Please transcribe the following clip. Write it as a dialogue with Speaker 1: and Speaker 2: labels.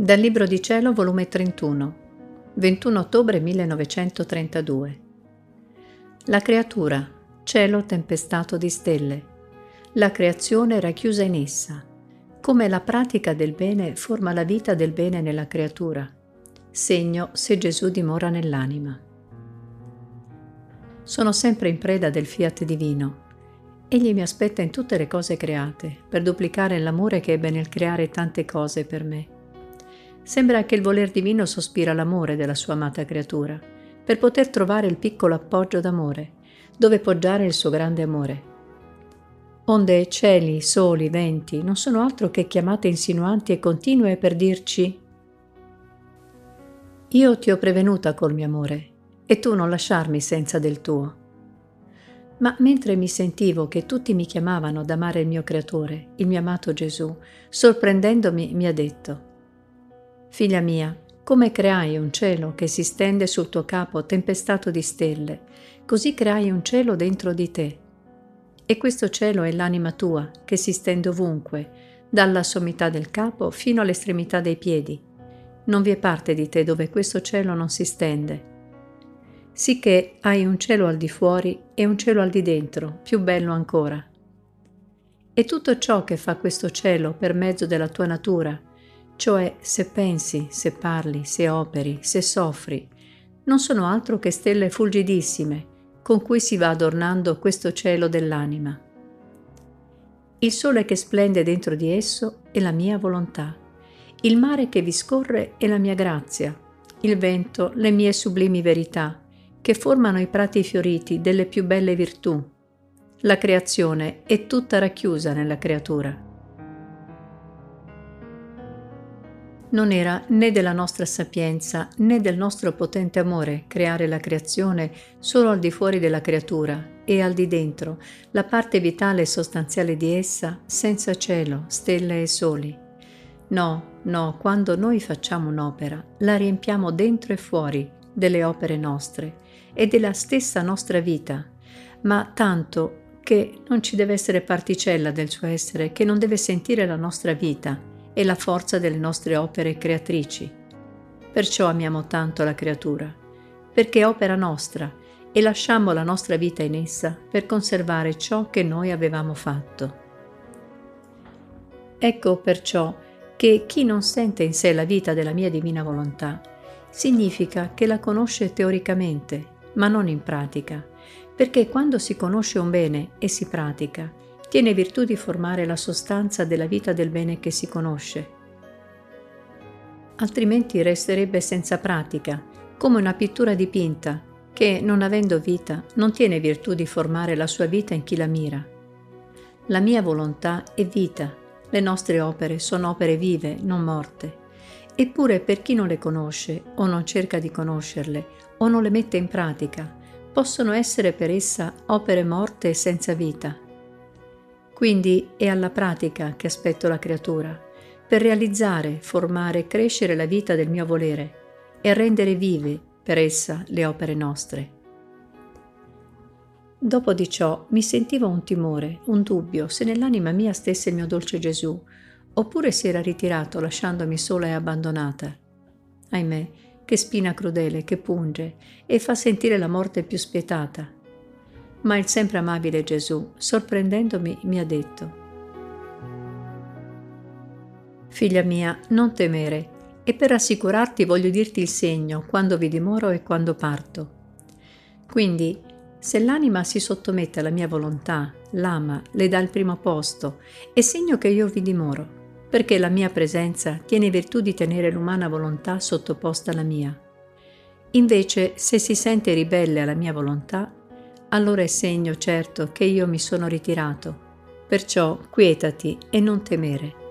Speaker 1: Dal Libro di Cielo, volume 31, 21 ottobre 1932. La creatura, cielo tempestato di stelle. La creazione racchiusa in essa. Come la pratica del bene forma la vita del bene nella creatura. Segno se Gesù dimora nell'anima. Sono sempre in preda del fiat divino. Egli mi aspetta in tutte le cose create, per duplicare l'amore che ebbe nel creare tante cose per me. Sembra che il voler divino sospira l'amore della sua amata creatura, per poter trovare il piccolo appoggio d'amore, dove poggiare il suo grande amore. Onde cieli, soli, venti non sono altro che chiamate insinuanti e continue per dirci: io ti ho prevenuta col mio amore, e tu non lasciarmi senza del tuo. Ma mentre mi sentivo che tutti mi chiamavano ad amare il mio creatore, il mio amato Gesù, sorprendendomi mi ha detto: figlia mia, come creai un cielo che si stende sul tuo capo tempestato di stelle, così creai un cielo dentro di te. E questo cielo è l'anima tua, che si stende ovunque, dalla sommità del capo fino all'estremità dei piedi. Non vi è parte di te dove questo cielo non si stende. Sicché hai un cielo al di fuori e un cielo al di dentro, più bello ancora. E tutto ciò che fa questo cielo per mezzo della tua natura, cioè se pensi, se parli, se operi, se soffri, non sono altro che stelle fulgidissime con cui si va adornando questo cielo dell'anima. Il sole che splende dentro di esso è la mia volontà, il mare che vi scorre è la mia grazia, il vento le mie sublimi verità, che formano i prati fioriti delle più belle virtù. La creazione è tutta racchiusa nella creatura. Non era né della nostra sapienza né del nostro potente amore creare la creazione solo al di fuori della creatura e al di dentro, la parte vitale e sostanziale di essa, senza cielo, stelle e soli. No, quando noi facciamo un'opera, la riempiamo dentro e fuori delle opere nostre e della stessa nostra vita, ma tanto che non ci deve essere particella del suo essere che non deve sentire la nostra vita e la forza delle nostre opere creatrici. Perciò amiamo tanto la creatura, perché è opera nostra e lasciamo la nostra vita in essa per conservare ciò che noi avevamo fatto. Ecco perciò che chi non sente in sé la vita della mia divina volontà significa che la conosce teoricamente, ma non in pratica, perché quando si conosce un bene e si pratica, tiene virtù di formare la sostanza della vita del bene che si conosce. Altrimenti resterebbe senza pratica, come una pittura dipinta, che, non avendo vita, non tiene virtù di formare la sua vita in chi la mira. La mia volontà è vita, le nostre opere sono opere vive, non morte. Eppure per chi non le conosce, o non cerca di conoscerle, o non le mette in pratica, possono essere per essa opere morte e senza vita. Quindi è alla pratica che aspetto la creatura, per realizzare, formare e crescere la vita del mio volere e rendere vive per essa le opere nostre. Dopo di ciò mi sentivo un timore, un dubbio se nell'anima mia stesse il mio dolce Gesù, oppure si era ritirato lasciandomi sola e abbandonata. Ahimè, che spina crudele che punge e fa sentire la morte più spietata. Ma il sempre amabile Gesù, sorprendendomi, mi ha detto: figlia mia, non temere, e per rassicurarti voglio dirti il segno quando vi dimoro e quando parto. Quindi, se l'anima si sottomette alla mia volontà, l'ama, le dà il primo posto, è segno che io vi dimoro, perché la mia presenza tiene virtù di tenere l'umana volontà sottoposta alla mia. Invece, se si sente ribelle alla mia volontà, allora è segno certo che io mi sono ritirato. Perciò quietati e non temere.